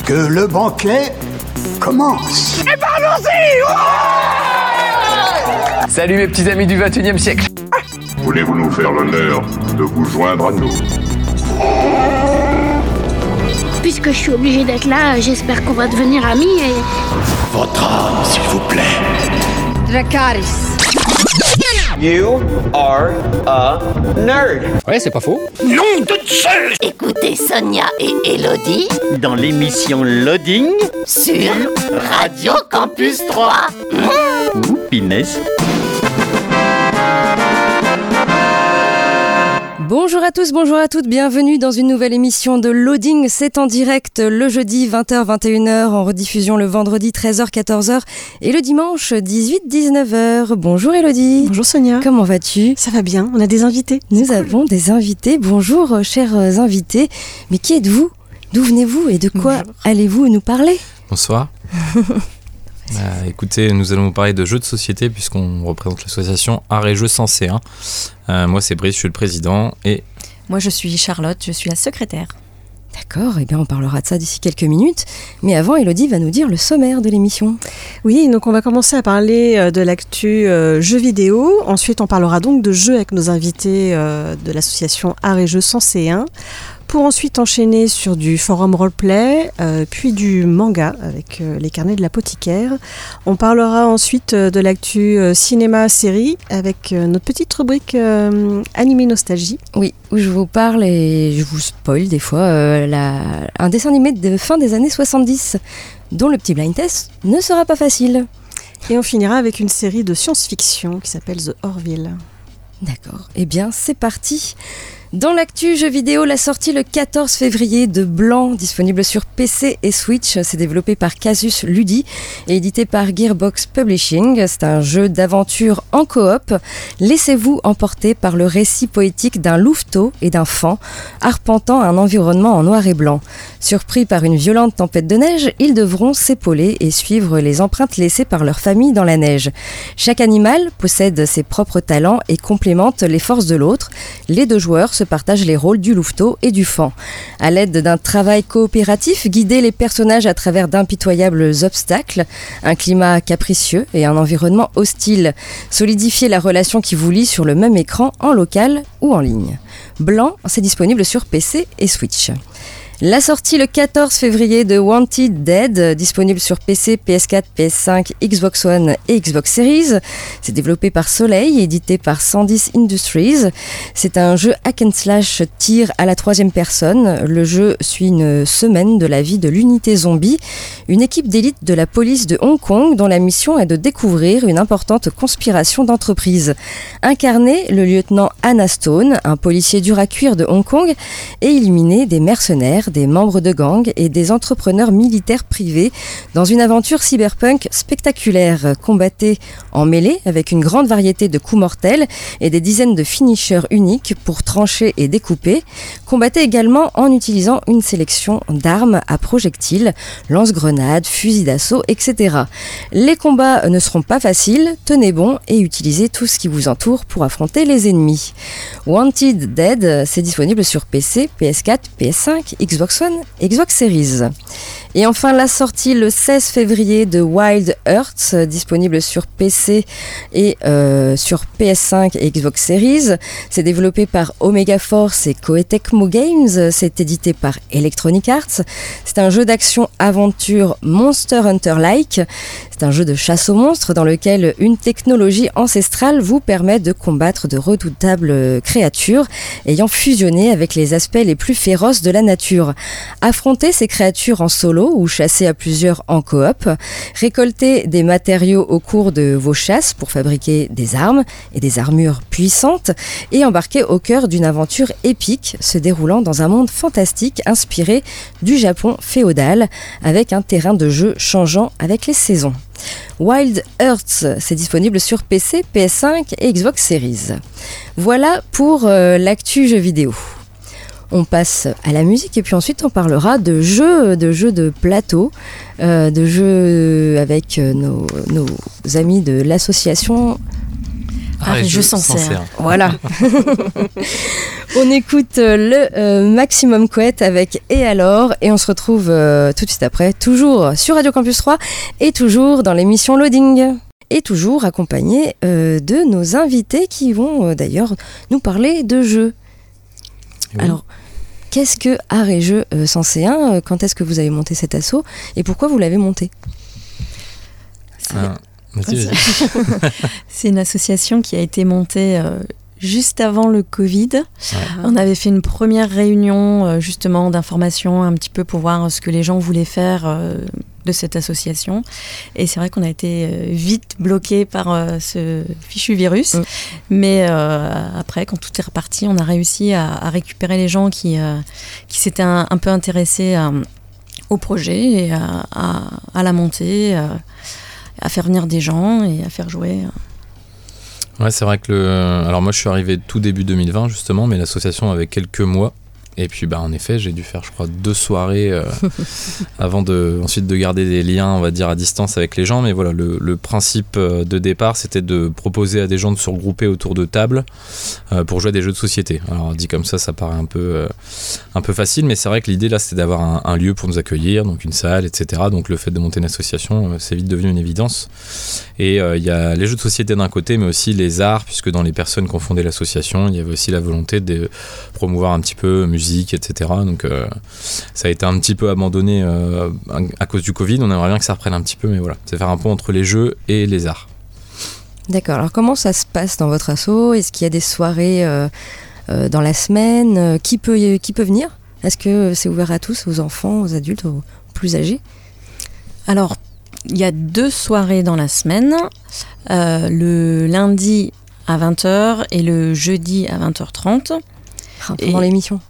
que le banquet commence. Et ben allons-y. Salut mes petits amis du 21e siècle. Voulez-vous nous faire l'honneur de vous joindre à nous? Puisque je suis obligée d'être là, j'espère qu'on va devenir amis et... Votre âme, s'il vous plaît. Dracarys. You are a nerd. Ouais, c'est pas faux. Nom de Zeus! Écoutez Sonia et Elodie Dans l'émission Loading, sur Radio Campus 3. Pinès. Bonjour à tous, bonjour à toutes, bienvenue dans une nouvelle émission de Loading. C'est en direct le jeudi 20h-21h, en rediffusion le vendredi 13h-14h et le dimanche 18-19h. Bonjour Elodie. Bonjour Sonia. Comment vas-tu? Ça va bien, on a des invités. Nous avons des invités. Bonjour chers invités. Mais qui êtes-vous? D'où venez-vous et de quoi allez-vous nous parler? Bonsoir. Écoutez, nous allons vous parler de jeux de société puisqu'on représente l'association Art et Jeux Sensé. Moi c'est Brice, je suis le président et... Moi je suis Charlotte, je suis la secrétaire. D'accord, eh bien on parlera de ça d'ici quelques minutes. Mais avant, Elodie va nous dire le sommaire de l'émission. Oui, donc on va commencer à parler de l'actu jeux vidéo. Ensuite on parlera donc de jeux avec nos invités de l'association Art et Jeux Sensé 1. Pour ensuite enchaîner sur du forum roleplay, puis du manga avec les carnets de l'apothicaire. On parlera ensuite de l'actu cinéma-série avec notre petite rubrique animé nostalgie. Oui, où je vous parle et je vous spoil des fois un dessin animé de fin des années 70 dont le petit blind test ne sera pas facile. Et on finira avec une série de science-fiction qui s'appelle The Orville. D'accord, eh bien c'est parti. Dans l'actu jeux vidéo, la sortie le 14 février de Blanc, disponible sur PC et Switch. C'est développé par Casus Ludi et édité par Gearbox Publishing. C'est un jeu d'aventure en coop. Laissez-vous emporter par le récit poétique d'un louveteau et d'un faon arpentant un environnement en noir et blanc. Surpris par une violente tempête de neige, ils devront s'épauler et suivre les empreintes laissées par leur famille dans la neige. Chaque animal possède ses propres talents et complémente les forces de l'autre. Les deux joueurs se partagent les rôles du louveteau et du faon. À l'aide d'un travail coopératif, guider les personnages à travers d'impitoyables obstacles, un climat capricieux et un environnement hostile. Solidifier la relation qui vous lie sur le même écran, en local ou en ligne. Blanc, c'est disponible sur PC et Switch. La sortie le 14 février de Wanted Dead, disponible sur PC, PS4, PS5, Xbox One et Xbox Series. C'est développé par Soleil et édité par Sandisk Industries. C'est un jeu hack and slash tir à la troisième personne. Le jeu suit une semaine de la vie de l'unité zombie, une équipe d'élite de la police de Hong Kong dont la mission est de découvrir une importante conspiration d'entreprise. Incarné le lieutenant Anna Stone, un policier dur à cuire de Hong Kong, et éliminer des mercenaires, des membres de gangs et des entrepreneurs militaires privés dans une aventure cyberpunk spectaculaire. Combattez en mêlée avec une grande variété de coups mortels et des dizaines de finishers uniques pour trancher et découper. Combattez également en utilisant une sélection d'armes à projectiles, lance-grenades, fusils d'assaut, etc. Les combats ne seront pas faciles, tenez bon et utilisez tout ce qui vous entoure pour affronter les ennemis. Wanted Dead, c'est disponible sur PC, PS4, PS5, Xbox One, Xbox Series. Et enfin la sortie le 16 février de Wild Hearts, disponible sur PC et sur PS5 et Xbox Series. C'est développé par Omega Force et Koei Tecmo Games. C'est édité par Electronic Arts. C'est un jeu d'action-aventure Monster Hunter-like. C'est un jeu de chasse aux monstres dans lequel une technologie ancestrale vous permet de combattre de redoutables créatures ayant fusionné avec les aspects les plus féroces de la nature. Affrontez ces créatures en solo ou chasser à plusieurs en coop. Récoltez des matériaux au cours de vos chasses pour fabriquer des armes et des armures puissantes et embarquez au cœur d'une aventure épique se déroulant dans un monde fantastique inspiré du Japon féodal avec un terrain de jeu changeant avec les saisons. Wild Hearts, c'est disponible sur PC, PS5 et Xbox Series. Voilà pour l'actu jeux vidéo. On passe à la musique et puis ensuite on parlera de jeux de plateau, de jeux avec nos amis de l'association Art et Jeux Sensé. Voilà. On écoute le Maximum Couette avec Et alors, et on se retrouve tout de suite après, toujours sur Radio Campus 3 et toujours dans l'émission Loading. Et toujours accompagné de nos invités qui vont d'ailleurs nous parler de jeux. Oui. Alors, qu'est-ce que Art et Jeux 101 ? Quand est-ce que vous avez monté cet asso et pourquoi vous l'avez monté ? Vas-y. C'est une association qui a été montée juste avant le Covid. Ouais. On avait fait une première réunion justement d'information un petit peu pour voir ce que les gens voulaient faire de cette association. Et c'est vrai qu'on a été vite bloqué par ce fichu virus. Mais après, quand tout est reparti, on a réussi à récupérer les gens qui s'étaient un peu intéressés au projet et à la montée, à faire venir des gens et à faire jouer. Ouais, c'est vrai que alors moi je suis arrivé tout début 2020 justement, mais l'association avait quelques mois. Et puis en effet, j'ai dû faire je crois 2 soirées avant ensuite de garder des liens, on va dire, à distance avec les gens. Mais voilà, le principe de départ, c'était de proposer à des gens de se regrouper autour de tables pour jouer à des jeux de société. Alors dit comme ça paraît un peu facile, mais c'est vrai que l'idée là, c'était d'avoir un lieu pour nous accueillir, donc une salle, etc. Donc le fait de monter une association, c'est vite devenu une évidence. Et il y a les jeux de société d'un côté, mais aussi les arts, puisque dans les personnes qui ont fondé l'association, il y avait aussi la volonté de promouvoir un petit peu musique, etc. Donc ça a été un petit peu abandonné à cause du Covid. On aimerait bien que ça reprenne un petit peu, mais voilà, c'est faire un pont entre les jeux et les arts. D'accord, alors comment ça se passe dans votre asso ? Est-ce qu'il y a des soirées dans la semaine ? Qui peut venir ? Est-ce que c'est ouvert à tous, aux enfants, aux adultes, aux plus âgés ? Alors, il y a 2 soirées dans la semaine, le lundi à 20h et le jeudi à 20h30. Pendant l'émission.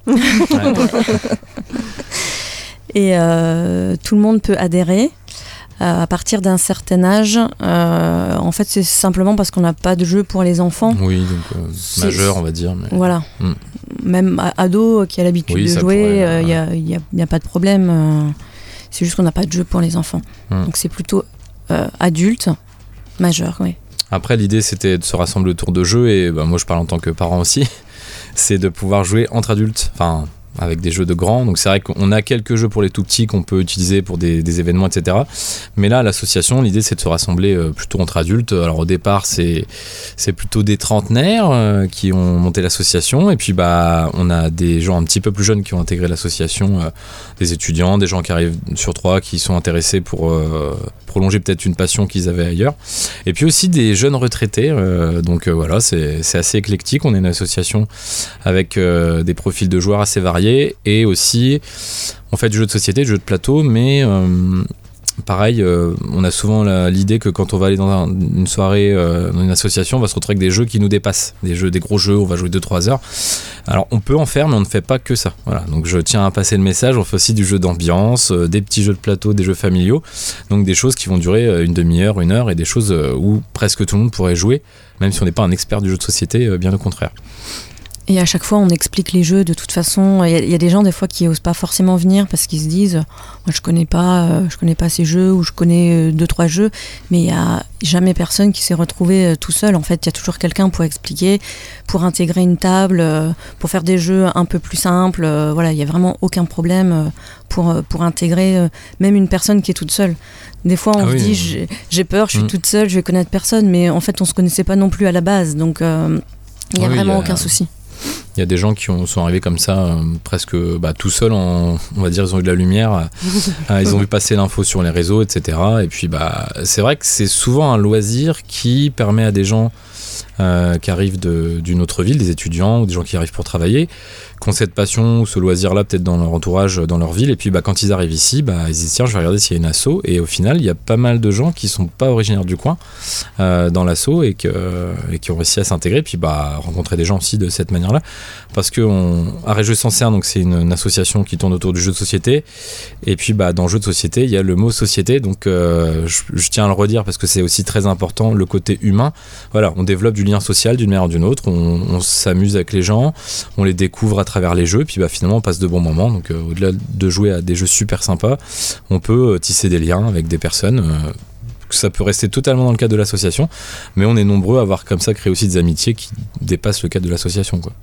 Et tout le monde peut adhérer à partir d'un certain âge. En fait, c'est simplement parce qu'on n'a pas de jeu pour les enfants. Oui, donc majeur, on va dire. Mais... Voilà. Même ado qui a l'habitude de jouer, il n'y a pas de problème. C'est juste qu'on n'a pas de jeu pour les enfants. Donc c'est plutôt adulte, majeur, oui. Après, l'idée, c'était de se rassembler autour de jeux. Et moi, je parle en tant que parent aussi. C'est de pouvoir jouer entre adultes, enfin avec des jeux de grands. Donc c'est vrai qu'on a quelques jeux pour les tout petits qu'on peut utiliser pour des événements, etc. Mais là, l'association, l'idée, c'est de se rassembler plutôt entre adultes. Alors au départ, c'est plutôt des trentenaires qui ont monté l'association. Et puis on a des gens un petit peu plus jeunes qui ont intégré l'association, des étudiants, des gens qui arrivent sur 3 qui sont intéressés pour prolonger peut-être une passion qu'ils avaient ailleurs. Et puis aussi des jeunes retraités. Donc voilà, c'est assez éclectique. On est une association avec des profils de joueurs assez variés. Et aussi, on fait du jeu de société, du jeu de plateau, mais pareil, on a souvent l'idée que quand on va aller dans une soirée, dans une association, on va se retrouver avec des jeux qui nous dépassent, des gros jeux, on va jouer 2-3 heures. Alors on peut en faire, mais on ne fait pas que ça. Voilà. Donc je tiens à passer le message, on fait aussi du jeu d'ambiance, des petits jeux de plateau, des jeux familiaux, donc des choses qui vont durer une demi-heure, 1 heure, et des choses où presque tout le monde pourrait jouer, même si on n'est pas un expert du jeu de société, bien au contraire. Et à chaque fois, on explique les jeux. De toute façon, il y a des gens des fois qui osent pas forcément venir parce qu'ils se disent, moi je connais pas ces jeux, ou je connais 2-3 jeux, mais il y a jamais personne qui s'est retrouvé tout seul. En fait, il y a toujours quelqu'un pour expliquer, pour intégrer une table, pour faire des jeux un peu plus simples. Voilà, il y a vraiment aucun problème pour intégrer même une personne qui est toute seule. Des fois, on se dit, j'ai peur, je suis toute seule, je vais connaître personne, mais en fait, on se connaissait pas non plus à la base, donc il y a vraiment aucun souci. Il y a des gens qui sont arrivés comme ça, presque tout seuls, on va dire, ils ont eu de la lumière, ils ont vu passer l'info sur les réseaux, etc. Et puis c'est vrai que c'est souvent un loisir qui permet à des gens qui arrivent d'une autre ville, des étudiants ou des gens qui arrivent pour travailler, qui ont cette passion ou ce loisir-là peut-être dans leur entourage, dans leur ville, et puis quand ils arrivent ici, ils se disent tiens, je vais regarder s'il y a une asso, et au final il y a pas mal de gens qui sont pas originaires du coin dans l'asso et qui ont réussi à s'intégrer, puis rencontrer des gens aussi de cette manière-là, parce que Art et Jeux 101, donc c'est une association qui tourne autour du jeu de société, et puis dans le jeu de société il y a le mot société, donc je tiens à le redire parce que c'est aussi très important, le côté humain. Voilà, on développe du lien social d'une manière ou d'une autre, on s'amuse avec les gens, on les découvre à travers les jeux, puis finalement on passe de bons moments. Donc au-delà de jouer à des jeux super sympas, on peut tisser des liens avec des personnes. Ça peut rester totalement dans le cadre de l'association, mais on est nombreux à avoir comme ça créé aussi des amitiés qui dépassent le cadre de l'association, quoi.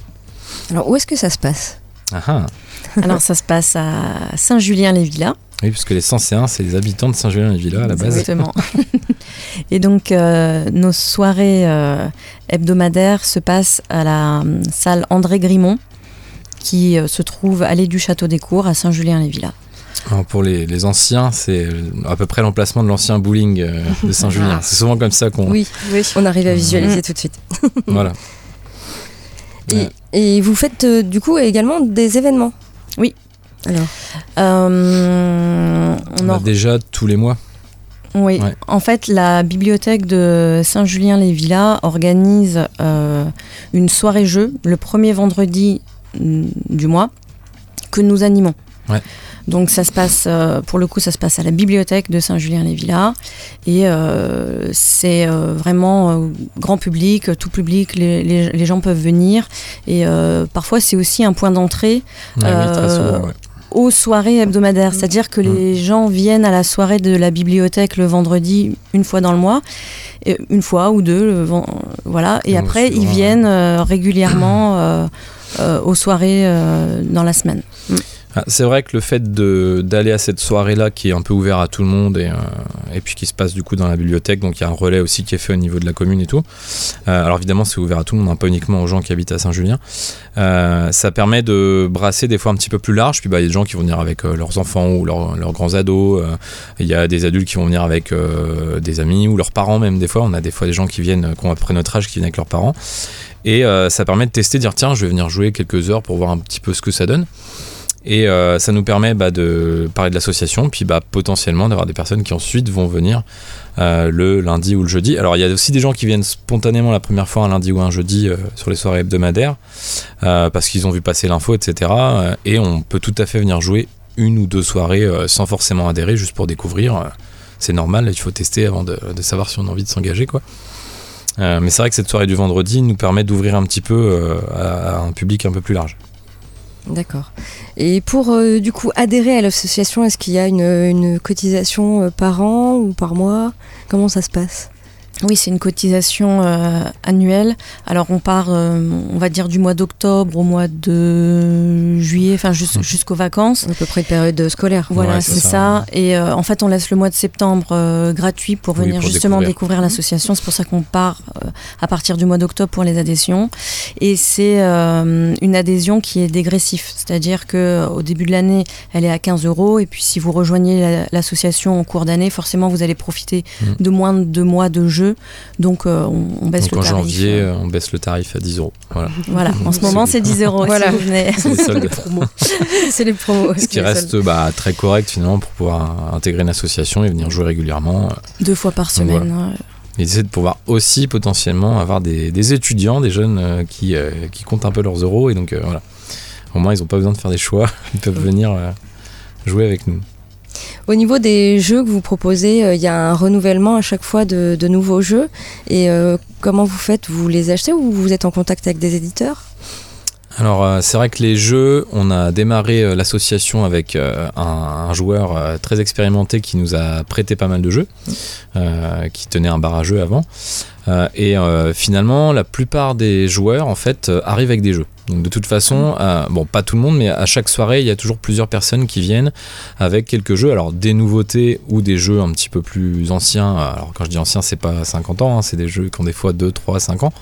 Alors, où est-ce que ça se passe ? Alors, ça se passe à Saint-Julien-les-Villas. Oui, parce que les 101, c'est les habitants de Saint-Julien-les-Villas à la base. Exactement. Et donc, nos soirées hebdomadaires se passent à la salle André Grimont, qui se trouve allée du Château des Cours à Saint-Julien-les-Villas. Alors pour les anciens, c'est à peu près l'emplacement de l'ancien bowling de Saint-Julien. C'est souvent comme ça qu'on... Oui, on arrive à visualiser tout de suite. Voilà. Et vous faites du coup également des événements ? Oui. Alors on a déjà tous les mois. Oui, en fait, la bibliothèque de Saint-Julien-les-Villas organise une soirée-jeu le premier vendredi du mois que nous animons. Ouais. Donc ça se passe, pour le coup, ça se passe à la bibliothèque de Saint-Julien-les-Villas et c'est vraiment grand public, tout public, les gens peuvent venir et parfois c'est aussi un point d'entrée très souvent, aux soirées hebdomadaires, c'est-à-dire que les gens viennent à la soirée de la bibliothèque le vendredi une fois dans le mois, une fois ou deux, voilà, et après ils viennent régulièrement aux soirées dans la semaine. C'est vrai que le fait d'aller à cette soirée-là qui est un peu ouverte à tout le monde et puis qui se passe du coup dans la bibliothèque, donc il y a un relais aussi qui est fait au niveau de la commune et tout. Alors évidemment c'est ouvert à tout le monde, pas uniquement aux gens qui habitent à Saint-Julien. Ça permet de brasser des fois un petit peu plus large, puis il y a des gens qui vont venir avec leurs enfants ou leurs grands ados, il y a des adultes qui vont venir avec des amis ou leurs parents même des fois. On a des fois des gens qui viennent, qui ont après notre âge, qui viennent avec leurs parents. Et ça permet de tester, de dire tiens je vais venir jouer quelques heures pour voir un petit peu ce que ça donne. Et ça nous permet de parler de l'association, puis potentiellement d'avoir des personnes qui ensuite vont venir le lundi ou le jeudi. Alors il y a aussi des gens qui viennent spontanément la première fois un lundi ou un jeudi sur les soirées hebdomadaires, parce qu'ils ont vu passer l'info, etc. Et on peut tout à fait venir jouer une ou deux soirées sans forcément adhérer, juste pour découvrir. C'est normal, il faut tester avant de savoir si on a envie de s'engager, quoi. Mais c'est vrai que cette soirée du vendredi nous permet d'ouvrir un petit peu à un public un peu plus large. D'accord. Et pour du coup adhérer à l'association, est-ce qu'il y a une cotisation par an ou par mois ? Comment ça se passe ? Oui, c'est une cotisation annuelle. Alors on part, on va dire du mois d'octobre au mois de juillet, enfin jusqu'aux vacances. À peu près une période scolaire. Voilà, ouais, c'est ça. Et en fait, on laisse le mois de septembre gratuit pour venir justement découvrir l'association. C'est pour ça qu'on part à partir du mois d'octobre pour les adhésions. Et c'est une adhésion qui est dégressive, c'est-à-dire que au début de l'année, elle est à 15 €. Et puis si vous rejoignez l'association en cours d'année, forcément vous allez profiter de moins de 2 mois de jeu. Donc on baisse le tarif. En janvier, on baisse le tarif à 10 €. Voilà. En ce moment, c'est 10 €. Voilà. Si vous venez. C'est les soldes. C'est les promos. Ce qui reste très correct finalement pour pouvoir intégrer une association et venir jouer régulièrement. 2 fois par semaine. Voilà. Et c'est de pouvoir aussi potentiellement avoir des étudiants, des jeunes qui comptent un peu leurs euros. Et donc voilà. Au moins, ils n'ont pas besoin de faire des choix. Ils peuvent venir jouer avec nous. Au niveau des jeux que vous proposez, il y a un renouvellement à chaque fois de nouveaux jeux. Et comment vous faites ? Vous les achetez ou vous êtes en contact avec des éditeurs ? Alors c'est vrai que les jeux, on a démarré l'association avec un joueur très expérimenté qui nous a prêté pas mal de jeux, qui tenait un bar à jeux avant. Et finalement, la plupart des joueurs en fait arrivent avec des jeux. Donc de toute façon, pas tout le monde, mais à chaque soirée, il y a toujours plusieurs personnes qui viennent avec quelques jeux. Alors des nouveautés ou des jeux un petit peu plus anciens. Alors quand je dis anciens, c'est pas 50 ans, c'est des jeux qui ont des fois 2, 3, 5 ans.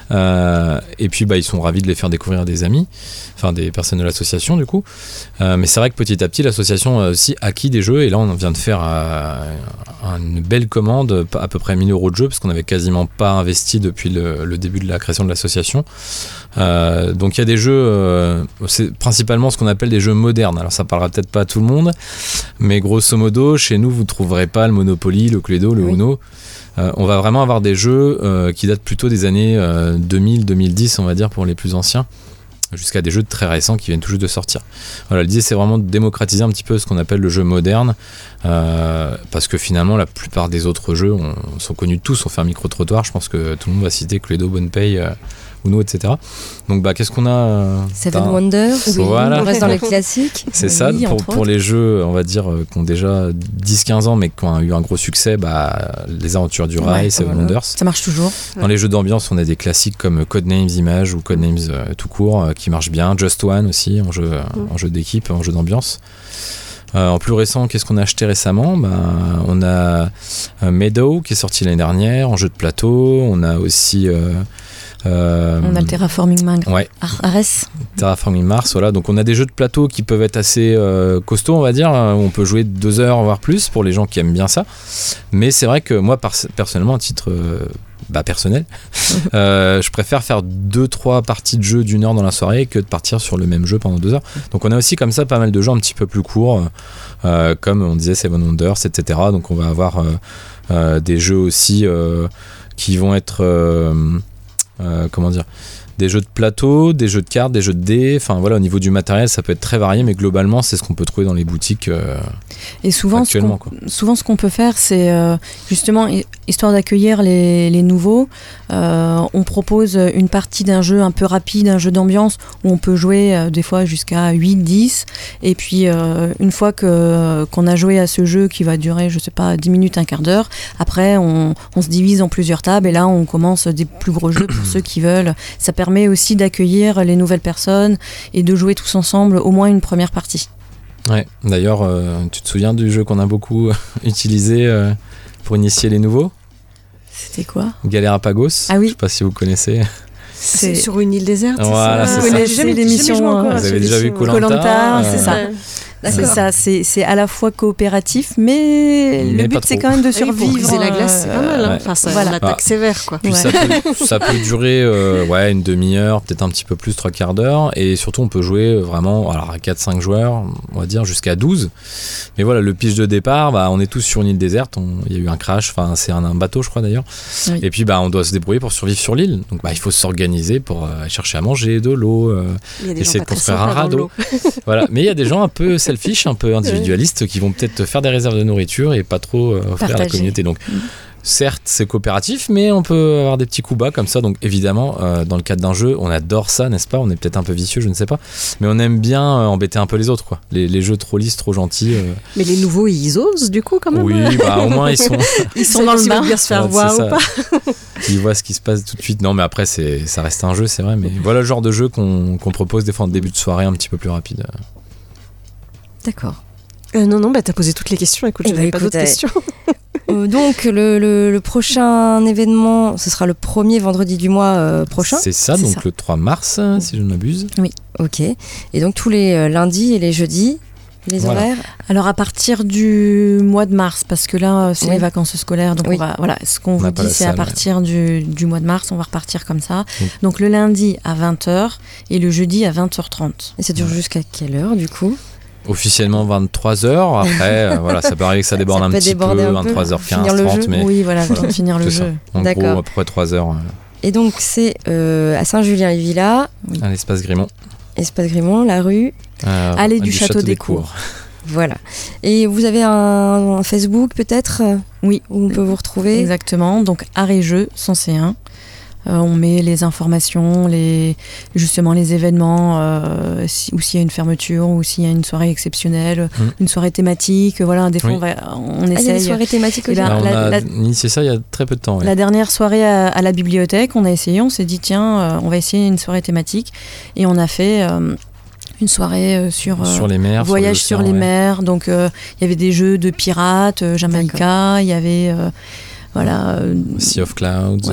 Et puis ils sont ravis de les faire découvrir à des amis, enfin des personnes de l'association du coup. Mais c'est vrai que petit à petit, l'association a aussi acquis des jeux. Et là, on vient de faire une belle commande, à peu près 1 000 € de jeux, parce qu'on avait quasiment pas investi depuis le début de la création de l'association. Donc il y a des jeux, c'est principalement ce qu'on appelle des jeux modernes. Alors ça parlera peut-être pas à tout le monde, mais grosso modo, chez nous, vous ne trouverez pas le Monopoly, le Cluedo, le Uno. On va vraiment avoir des jeux qui datent plutôt des années 2000-2010, on va dire, pour les plus anciens, jusqu'à des jeux très récents qui viennent tout juste de sortir. Voilà, l'idée c'est vraiment de démocratiser un petit peu ce qu'on appelle le jeu moderne, parce que finalement la plupart des autres jeux sont connus de tous. On fait un micro-trottoir, je pense que tout le monde va citer Cluedo, Bonne Paye Uno, etc. Donc qu'est-ce qu'on a Seven Wonders, voilà. On reste dans les classiques. C'est ça, pour les jeux, on va dire, qui ont déjà 10-15 ans, mais qui ont eu un gros succès, les aventures du rail, Seven Wonders. Ça marche toujours. Dans les jeux d'ambiance, on a des classiques comme Codenames Images ou Codenames tout court, qui marchent bien. Just One aussi, en jeu d'équipe, en jeu d'ambiance. En plus récent, qu'est-ce qu'on a acheté récemment ? On a Meadow qui est sorti l'année dernière en jeu de plateau. On a aussi on a le Terraforming Mars. Ouais. Ares. Terraforming Mars, voilà. Donc on a des jeux de plateau qui peuvent être assez costauds, on va dire. On peut jouer 2 heures voire plus pour les gens qui aiment bien ça. Mais c'est vrai que moi personnellement, à titre personnel, je préfère faire 2-3 parties de jeu d'1 heure dans la soirée que de partir sur le même jeu pendant 2 heures. Donc on a aussi comme ça pas mal de jeux un petit peu plus courts, comme on disait Seven Wonders, etc. Donc on va avoir des jeux aussi qui vont être des jeux de plateau, des jeux de cartes, des jeux de dés, enfin voilà, au niveau du matériel ça peut être très varié, mais globalement c'est ce qu'on peut trouver dans les boutiques et souvent actuellement. Souvent ce qu'on peut faire, c'est justement, histoire d'accueillir les nouveaux, on propose une partie d'un jeu un peu rapide, un jeu d'ambiance où on peut jouer des fois jusqu'à 8-10, et puis une fois qu'on a joué à ce jeu qui va durer, je sais pas, 10 minutes, un quart d'heure, après on se divise en plusieurs tables et là on commence des plus gros jeux pour ceux qui veulent. Ça permet aussi d'accueillir les nouvelles personnes et de jouer tous ensemble au moins une première partie. Ouais, d'ailleurs, tu te souviens du jeu qu'on a beaucoup utilisé pour initier les nouveaux ? C'était quoi ? Galerapagos. Ah oui. Je sais pas si vous connaissez. C'est sur une île déserte. Voilà, c'est ça. Vous connaissez l'émission. Vous avez déjà vu Koh-Lanta, c'est ça. C'est ça, c'est à la fois coopératif, mais le but c'est quand même de survivre. Pour briser la glace, c'est pas mal. Hein. Enfin, c'est une attaque sévère, quoi. Puis ça peut durer une demi-heure, peut-être un petit peu plus, 3/4 d'heure. Et surtout, on peut jouer vraiment à 4-5 joueurs, on va dire, jusqu'à 12. Mais voilà, le pitch de départ, on est tous sur une île déserte. Il y a eu un crash, c'est un bateau, je crois d'ailleurs. Oui. Et puis, on doit se débrouiller pour survivre sur l'île. Donc, il faut s'organiser pour aller chercher à manger, de l'eau, essayer de construire un radeau. Voilà. Mais il y a des gens un peu selfish, un peu individualistes, qui vont peut-être faire des réserves de nourriture et pas trop offrir à la communauté. Donc, certes, c'est coopératif, mais on peut avoir des petits coups bas comme ça. Donc, évidemment, dans le cadre d'un jeu, on adore ça, n'est-ce pas ? On est peut-être un peu vicieux, je ne sais pas. Mais on aime bien embêter un peu les autres, quoi. Les jeux trop lisses, trop gentils. Mais les nouveaux, ils osent, du coup, quand même. Oui, au moins, ils sont dans le bain. Bien se faire voir ou pas. Ils voient ce qui se passe tout de suite. Non, mais après, ça reste un jeu, c'est vrai. Mais voilà le genre de jeu qu'on propose des fois en début de soirée un petit peu plus rapide. D'accord. Non, t'as posé toutes les questions. Écoute, je n'avais pas d'autres questions. Donc, le prochain événement, ce sera le premier vendredi du mois prochain. C'est ça, donc le 3 mars, si je ne m'abuse. Oui, ok. Et donc, tous les lundis et les jeudis, les horaires ? Alors, à partir du mois de mars, parce que là, c'est les vacances scolaires. Donc, ce qu'on vous dit, c'est à partir du mois de mars, on va repartir comme ça. Donc, le lundi à 20h et le jeudi à 20h30. Et ça dure jusqu'à quelle heure, du coup ? Officiellement 23h, après ça peut arriver que ça déborde un petit peu, 23h15, 30, mais oui, finir le jeu. En gros, à peu près 3h. Et donc c'est à Saint-Julien-les-Villas, à l'Espace Grimont. Espace Grimont, la rue Allée du Château des Cours. Voilà. Et vous avez un Facebook peut-être ? Oui. Où on peut vous retrouver ? Exactement, donc Art et Jeux 100C1. On met les informations, justement les événements, ou s'il y a une fermeture, ou s'il y a une soirée exceptionnelle, une soirée thématique. Voilà, des fois, on essaye. Il y a des soirées thématiques aussi. On a initié ça il y a très peu de temps. La dernière soirée à la bibliothèque, on a essayé, on s'est dit, tiens, on va essayer une soirée thématique. Et on a fait une soirée sur les mers, voyage sur les mers. Donc, il y avait des jeux de pirates, Jamaïca, il y avait... Sea of Clouds...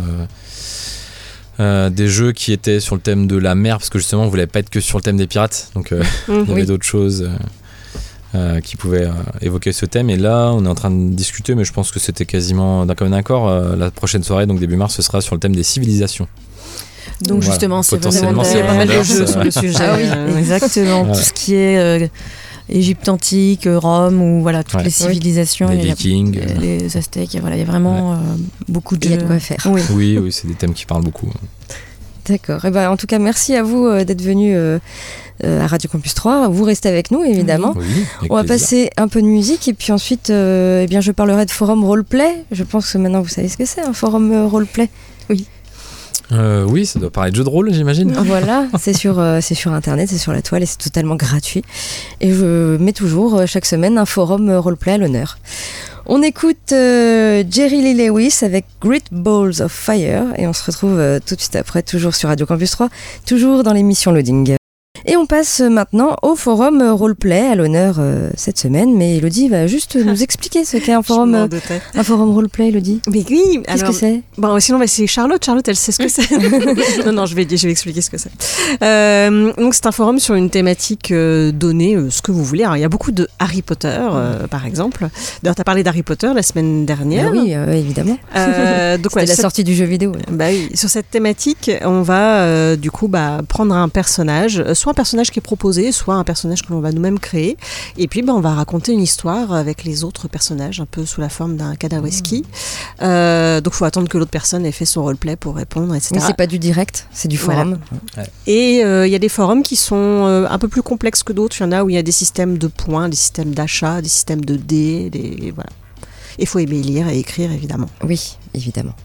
des jeux qui étaient sur le thème de la mer, parce que justement on voulait pas être que sur le thème des pirates, donc il y avait d'autres choses qui pouvaient évoquer ce thème, et là on est en train de discuter, mais je pense que c'était quasiment d'un commun accord. La prochaine soirée, donc début mars, ce sera sur le thème des civilisations. Donc justement, c'est potentiellement il y a pas mal de jeux sur le sujet. Exactement, tout ce qui est Égypte antique, Rome, ou toutes les civilisations, les Vikings, les Aztèques, il y a vraiment beaucoup de jeux. Il y a de quoi faire. Oui, c'est des thèmes qui parlent beaucoup. D'accord. Et en tout cas, merci à vous d'être venu à Radio Campus 3. Vous restez avec nous, évidemment. Oui, on va passer un peu de musique, et puis ensuite, je parlerai de forum roleplay. Je pense que maintenant vous savez ce que c'est, un forum roleplay. Oui. Oui, ça doit parler de jeu de rôle, j'imagine. Voilà, c'est sur Internet, c'est sur la toile et c'est totalement gratuit. Et je mets toujours, chaque semaine, un forum roleplay à l'honneur. On écoute Jerry Lee Lewis avec Great Balls of Fire et on se retrouve tout de suite après, toujours sur Radio Campus 3, toujours dans l'émission Loading. Et on passe maintenant au forum roleplay à l'honneur cette semaine. Mais Elodie va juste nous expliquer ce qu'est un forum roleplay, Elodie. Mais oui, qu'est-ce que c'est ? Bon, sinon, c'est Charlotte. Charlotte, elle sait ce que c'est. non, je vais expliquer ce que c'est. Donc, c'est un forum sur une thématique donnée, ce que vous voulez. Alors, il y a beaucoup de Harry Potter, par exemple. D'ailleurs, tu as parlé d'Harry Potter la semaine dernière. Oui, évidemment. Donc, c'était la sortie du jeu vidéo. Bah oui, sur cette thématique, on va du coup prendre un personnage, soit un personnage qui est proposé, soit un personnage que l'on va nous-mêmes créer, et puis on va raconter une histoire avec les autres personnages, un peu sous la forme d'un Kadaweski. Donc il faut attendre que l'autre personne ait fait son roleplay pour répondre, etc. Mais c'est pas du direct, c'est du forum. Voilà. Et il y a des forums qui sont un peu plus complexes que d'autres. Il y en a où il y a des systèmes de points, des systèmes d'achat, des systèmes de dés, voilà. Il faut aimer lire et écrire, évidemment. Oui, évidemment.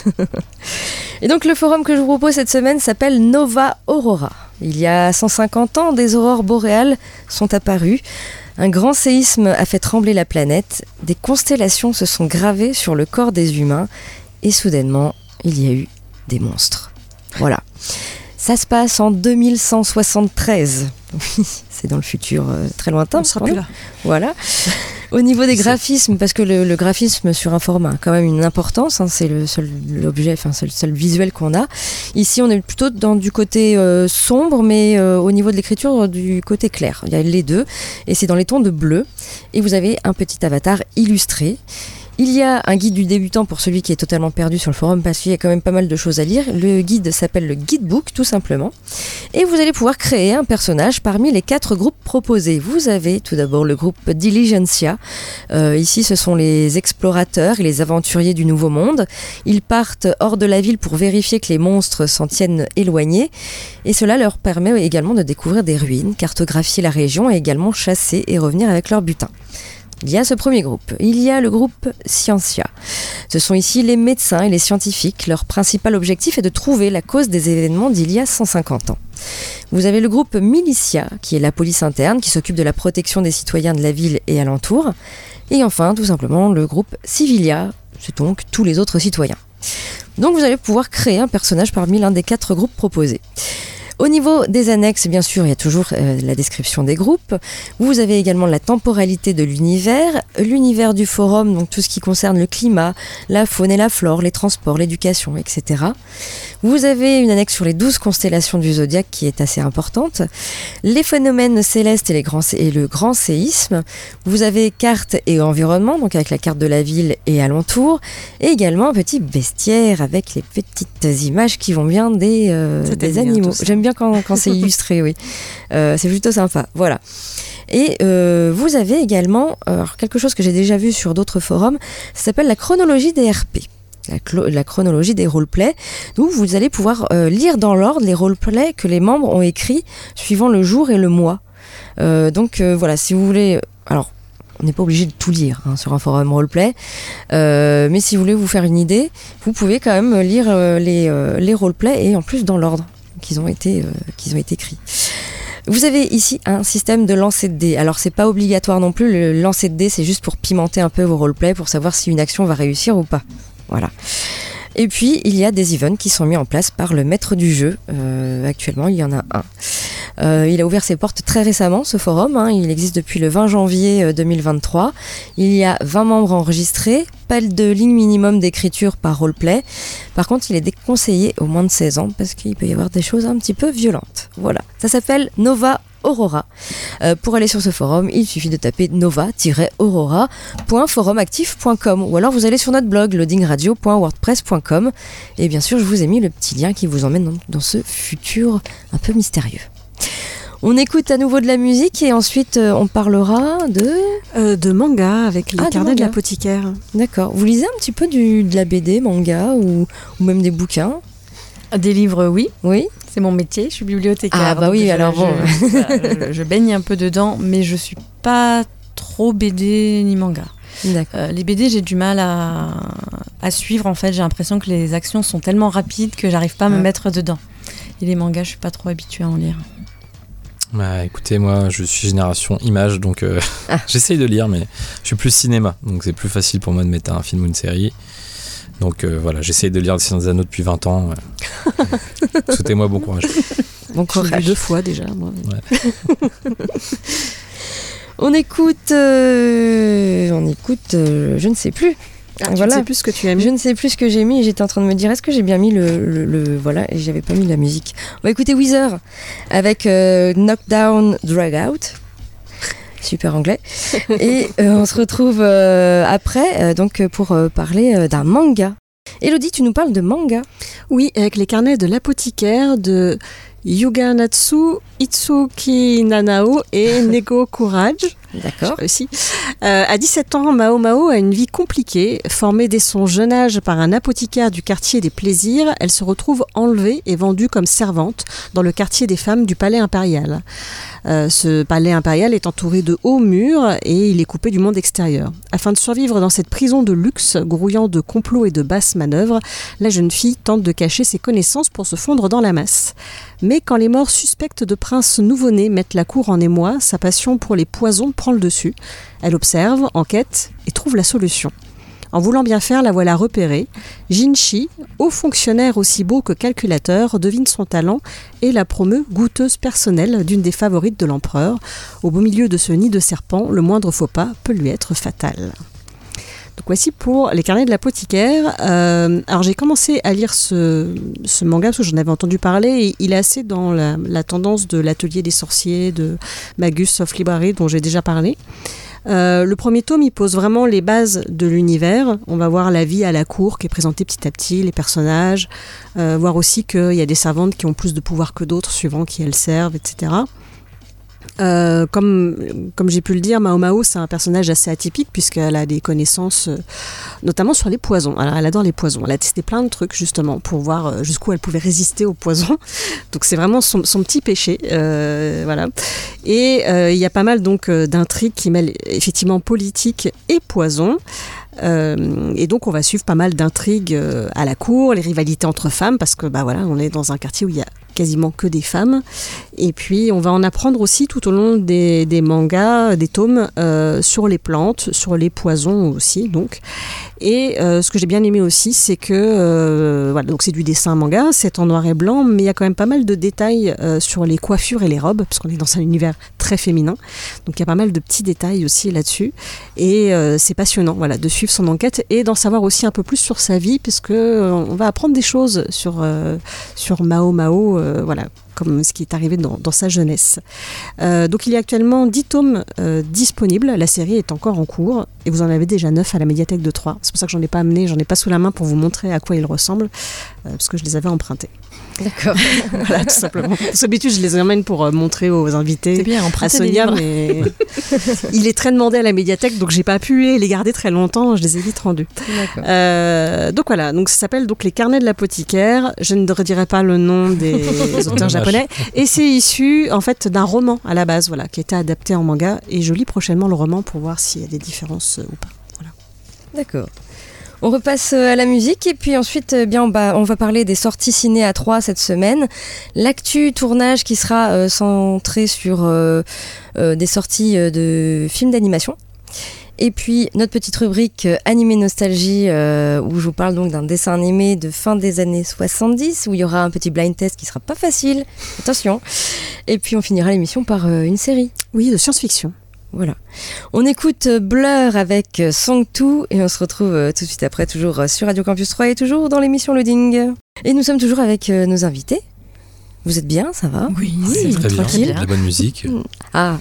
Et donc, le forum que je vous propose cette semaine s'appelle Nova Aurora. Il y a 150 ans, des aurores boréales sont apparues. Un grand séisme a fait trembler la planète. Des constellations se sont gravées sur le corps des humains. Et soudainement, il y a eu des monstres. Voilà. Ça se passe en 2173. Oui, c'est dans le futur très lointain. On ne sera plus là. Voilà. Au niveau des graphismes, parce que le graphisme sur un forum a quand même une importance, c'est le seul visuel qu'on a. Ici, on est plutôt du côté sombre, mais au niveau de l'écriture, du côté clair. Il y a les deux, et c'est dans les tons de bleu. Et vous avez un petit avatar illustré. Il y a un guide du débutant pour celui qui est totalement perdu sur le forum parce qu'il y a quand même pas mal de choses à lire. Le guide s'appelle le Guidebook tout simplement. Et vous allez pouvoir créer un personnage parmi les 4 groupes proposés. Vous avez tout d'abord le groupe Diligencia. Ici ce sont les explorateurs et les aventuriers du Nouveau Monde. Ils partent hors de la ville pour vérifier que les monstres s'en tiennent éloignés. Et cela leur permet également de découvrir des ruines, cartographier la région et également chasser et revenir avec leur butin. Il y a ce premier groupe. Il y a le groupe Scientia. Ce sont ici les médecins et les scientifiques. Leur principal objectif est de trouver la cause des événements d'il y a 150 ans. Vous avez le groupe Militia, qui est la police interne, qui s'occupe de la protection des citoyens de la ville et alentour. Et enfin, tout simplement, le groupe Civilia, c'est donc tous les autres citoyens. Donc vous allez pouvoir créer un personnage parmi l'un des 4 groupes proposés. Au niveau des annexes, bien sûr, il y a toujours la description des groupes. Vous avez également la temporalité de l'univers du forum, donc tout ce qui concerne le climat, la faune et la flore, les transports, l'éducation, etc. Vous avez une annexe sur les 12 constellations du zodiaque qui est assez importante. Les phénomènes célestes et le grand séisme. Vous avez carte et environnement, donc avec la carte de la ville et alentour. Et également un petit bestiaire avec les petites images qui vont bien des animaux. J'aime bien quand c'est illustré, oui. C'est plutôt sympa, voilà. Et vous avez également quelque chose que j'ai déjà vu sur d'autres forums, ça s'appelle la chronologie des RP. La chronologie des roleplays, où vous allez pouvoir lire dans l'ordre les roleplays que les membres ont écrits suivant le jour et le mois. Donc voilà, si vous voulez... Alors, on n'est pas obligé de tout lire sur un forum roleplay, mais si vous voulez vous faire une idée, vous pouvez quand même lire les roleplays et en plus dans l'ordre qu'ils ont été écrits. Vous avez ici un système de lancer de dés. Alors c'est pas obligatoire non plus, le lancer de dés c'est juste pour pimenter un peu vos roleplays, pour savoir si une action va réussir ou pas. Voilà. Et puis il y a des events qui sont mis en place par le maître du jeu. Actuellement il y en a un. Il a ouvert ses portes très récemment, ce forum. Il existe depuis le 20 janvier 2023. Il y a 20 membres enregistrés, pas de ligne minimum d'écriture par roleplay. Par contre, il est déconseillé aux moins de 16 ans parce qu'il peut y avoir des choses un petit peu violentes. Voilà, ça s'appelle Nova Aurora. Pour aller sur ce forum, il suffit de taper nova-aurora.forumactif.com ou alors vous allez sur notre blog loadingradio.wordpress.com et bien sûr, je vous ai mis le petit lien qui vous emmène dans ce futur un peu mystérieux. On écoute à nouveau de la musique et ensuite on parlera de manga avec les carnets de l'apothicaire. D'accord. Vous lisez un petit peu de la BD, manga ou même des bouquins? Des livres, oui. Oui. C'est mon métier, je suis bibliothécaire. Ah bah oui, alors bon. Je baigne un peu dedans, mais je suis pas trop BD ni manga. Les BD, j'ai du mal à suivre. En fait, j'ai l'impression que les actions sont tellement rapides que j'arrive pas à me mettre dedans. Et les mangas, je suis pas trop habituée à en lire. Bah, écoutez, moi, je suis génération image, donc j'essaye de lire, mais je suis plus cinéma, donc c'est plus facile pour moi de mettre un film ou une série. Donc voilà, j'essaye de lire Le Seigneur des Anneaux depuis 20 ans. Souhaitez-moi bon courage. Bon courage. J'ai lu 2 fois déjà, moi. Ouais. On écoute, je ne sais plus. Tu ne sais plus ce que tu as mis. Je ne sais plus ce que j'ai mis et j'étais en train de me dire est-ce que j'ai bien mis le voilà, et j'avais pas mis la musique. On va écouter Weezer avec Knockdown Drag Out. Super anglais. Et on se retrouve après donc pour parler d'un manga. Élodie, tu nous parles de manga? Oui, avec les carnets de l'apothicaire de Yuganatsu Itsuki Nanao et Nego Courage. D'accord. Aussi. À 17 ans, Mao Mao a une vie compliquée. Formée dès son jeune âge par un apothicaire du quartier des Plaisirs, elle se retrouve enlevée et vendue comme servante dans le quartier des femmes du palais impérial. Ce palais impérial est entouré de hauts murs et il est coupé du monde extérieur. Afin de survivre dans cette prison de luxe, grouillant de complots et de basses manœuvres, la jeune fille tente de cacher ses connaissances pour se fondre dans la masse. Mais quand les morts suspectes de princes nouveau-nés mettent la cour en émoi, sa passion pour les poisons prend le dessus. Elle observe, enquête et trouve la solution. En voulant bien faire, la voilà repérée. Jinshi, haut fonctionnaire aussi beau que calculateur, devine son talent et la promeut goûteuse personnelle d'une des favorites de l'empereur. Au beau milieu de ce nid de serpent, le moindre faux pas peut lui être fatal. Donc voici pour les carnets de l'apothicaire. Alors j'ai commencé à lire ce manga parce que j'en avais entendu parler et il est assez dans la tendance de l'atelier des sorciers de Magus Soft Library dont j'ai déjà parlé. Le premier tome, il pose vraiment les bases de l'univers. On va voir la vie à la cour qui est présentée petit à petit, les personnages, voir aussi qu'il y a des servantes qui ont plus de pouvoir que d'autres suivant qui elles servent, etc. Comme j'ai pu le dire, Mao Mao, c'est un personnage assez atypique puisqu'elle a des connaissances notamment sur les poisons. Alors, elle adore les poisons. Elle a testé plein de trucs justement pour voir jusqu'où elle pouvait résister aux poisons. Donc c'est vraiment son petit péché. Voilà. Et il y a pas mal donc d'intrigues qui mêlent effectivement politique et poison. Et donc on va suivre pas mal d'intrigues à la cour, les rivalités entre femmes parce que voilà, on est dans un quartier où il y a quasiment que des femmes. Et puis on va en apprendre aussi tout au long des mangas, des tomes sur les plantes, sur les poisons aussi donc. Et ce que j'ai bien aimé aussi, c'est que voilà, donc c'est du dessin manga, c'est en noir et blanc, mais il y a quand même pas mal de détails sur les coiffures et les robes, parce qu'on est dans un univers très féminin. Donc il y a pas mal de petits détails aussi là-dessus. Et c'est passionnant, voilà, de suivre son enquête et d'en savoir aussi un peu plus sur sa vie, puisque on va apprendre des choses sur Mao Mao, voilà, comme ce qui est arrivé dans sa jeunesse. Donc il y a actuellement 10 tomes disponibles, la série est encore en cours et vous en avez déjà 9 à la médiathèque de Troyes. C'est pour ça que j'en ai pas amené, j'en ai pas sous la main pour vous montrer à quoi ils ressemblent, parce que je les avais empruntés. D'accord. Voilà, tout simplement. Parce qu'habitude, je les emmène pour montrer aux invités, à Sonia, mais il est très demandé à la médiathèque, donc j'ai pas pu les garder très longtemps, je les ai vite rendus. Donc voilà, donc ça s'appelle donc Les Carnets de l'apothicaire. Je ne redirai pas le nom des auteurs japonais. Et c'est issu en fait d'un roman à la base, voilà, qui a été adapté en manga. Et je lis prochainement le roman pour voir s'il y a des différences ou pas. Voilà. D'accord. On repasse à la musique et puis ensuite on va parler des sorties ciné à Troyes cette semaine. L'actu tournage qui sera centré sur des sorties de films d'animation. Et puis notre petite rubrique Animé Nostalgie où je vous parle donc d'un dessin animé de fin des années 70 où il y aura un petit blind test qui sera pas facile, attention. Et puis on finira l'émission par une série. Oui, de science-fiction. Voilà. On écoute Blur avec Song 2 et on se retrouve tout de suite après, toujours sur Radio Campus 3 et toujours dans l'émission Loading. Et nous sommes toujours avec nos invités. Vous êtes bien, ça va? Oui, c'est très tranquille. bien. De la bonne musique. Ah.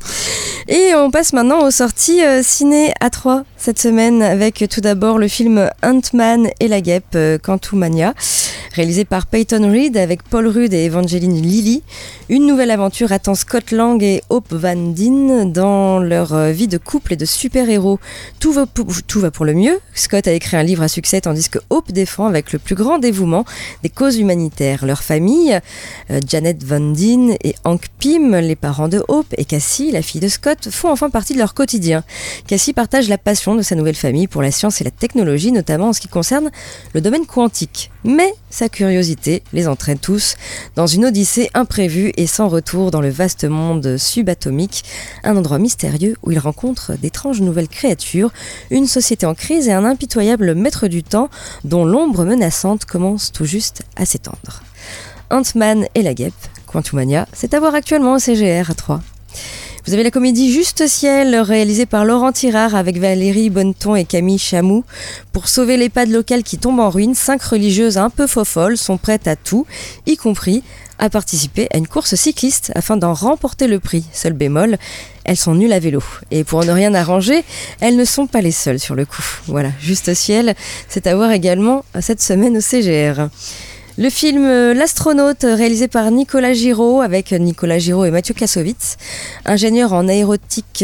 Et on passe maintenant aux sorties ciné à Troyes cette semaine avec tout d'abord le film Ant-Man et la guêpe Quantumania, réalisé par Peyton Reed avec Paul Rudd et Evangeline Lilly. Une nouvelle aventure attend Scott Lang et Hope Van Dyne dans leur vie de couple et de super-héros. Tout va pour le mieux. Scott a écrit un livre à succès tandis que Hope défend avec le plus grand dévouement des causes humanitaires. Leur famille, Janet Van Dyne et Hank Pym, les parents de Hope, et Cassie, la fille de Scott, maths font enfin partie de leur quotidien. Cassie partage la passion de sa nouvelle famille pour la science et la technologie, notamment en ce qui concerne le domaine quantique. Mais sa curiosité les entraîne tous dans une odyssée imprévue et sans retour dans le vaste monde subatomique, un endroit mystérieux où il rencontre d'étranges nouvelles créatures, une société en crise et un impitoyable maître du temps dont l'ombre menaçante commence tout juste à s'étendre. Ant-Man et la guêpe, Quantumania, c'est à voir actuellement au CGR à 3. Vous avez la comédie Juste Ciel, réalisée par Laurent Tirard avec Valérie Bonneton et Camille Chamou. Pour sauver l'EHPAD local qui tombe en ruine, 5 religieuses un peu faux-folles sont prêtes à tout, y compris à participer à une course cycliste afin d'en remporter le prix. Seul bémol, elles sont nulles à vélo. Et pour ne rien arranger, elles ne sont pas les seules sur le coup. Voilà, Juste Ciel, c'est à voir également cette semaine au CGR. Le film L'Astronaute, réalisé par Nicolas Giraud, avec Nicolas Giraud et Mathieu Kassovitz. Ingénieur en aéronautique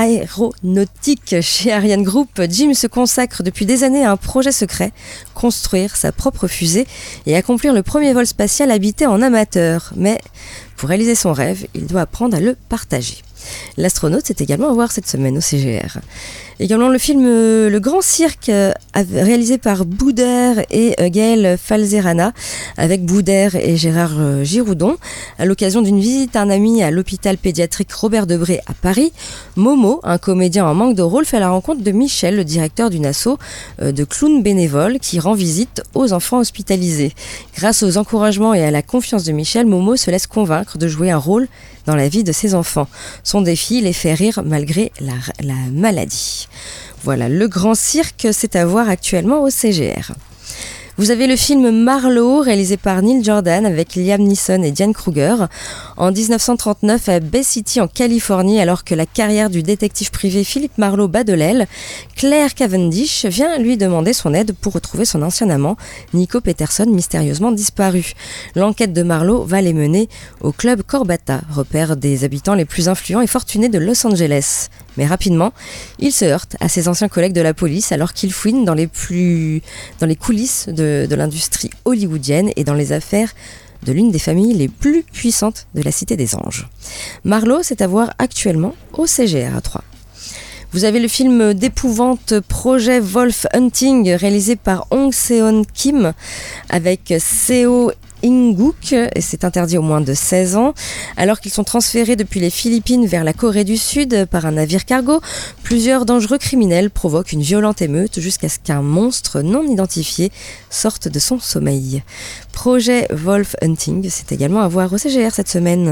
chez Ariane Group, Jim se consacre depuis des années à un projet secret, construire sa propre fusée et accomplir le premier vol spatial habité en amateur. Mais pour réaliser son rêve, il doit apprendre à le partager. L'Astronaute, c'est également à voir cette semaine au CGR. Également le film Le Grand Cirque, réalisé par Boudère et Gaël Falzerana, avec Boudère et Gérard Giroudon. À l'occasion d'une visite à un ami à l'hôpital pédiatrique Robert Debré à Paris, Momo, un comédien en manque de rôle, fait la rencontre de Michel, le directeur d'une asso de clowns bénévoles qui rend visite aux enfants hospitalisés. Grâce aux encouragements et à la confiance de Michel, Momo se laisse convaincre de jouer un rôle dans la vie de ses enfants. Son défi les fait rire malgré la maladie. Voilà, Le Grand Cirque, c'est à voir actuellement au CGR. Vous avez le film Marlowe, réalisé par Neil Jordan avec Liam Neeson et Diane Kruger. En 1939, à Bay City, en Californie, alors que la carrière du détective privé Philip Marlowe bat de l'aile, Claire Cavendish vient lui demander son aide pour retrouver son ancien amant, Nico Peterson, mystérieusement disparu. L'enquête de Marlowe va les mener au club Corbata, repère des habitants les plus influents et fortunés de Los Angeles. Mais rapidement, il se heurte à ses anciens collègues de la police alors qu'il fouine dans les coulisses de l'industrie hollywoodienne et dans les affaires de l'une des familles les plus puissantes de la Cité des Anges. Marlowe, c'est à voir actuellement au CGR à 3. Vous avez le film d'épouvante Projet Wolf Hunting, réalisé par Hong Seon Kim avec Seo In-guk, et c'est interdit aux moins de 16 ans. Alors qu'ils sont transférés depuis les Philippines vers la Corée du Sud par un navire cargo, plusieurs dangereux criminels provoquent une violente émeute jusqu'à ce qu'un monstre non identifié sorte de son sommeil. Projet Wolf Hunting, c'est également à voir au CGR cette semaine.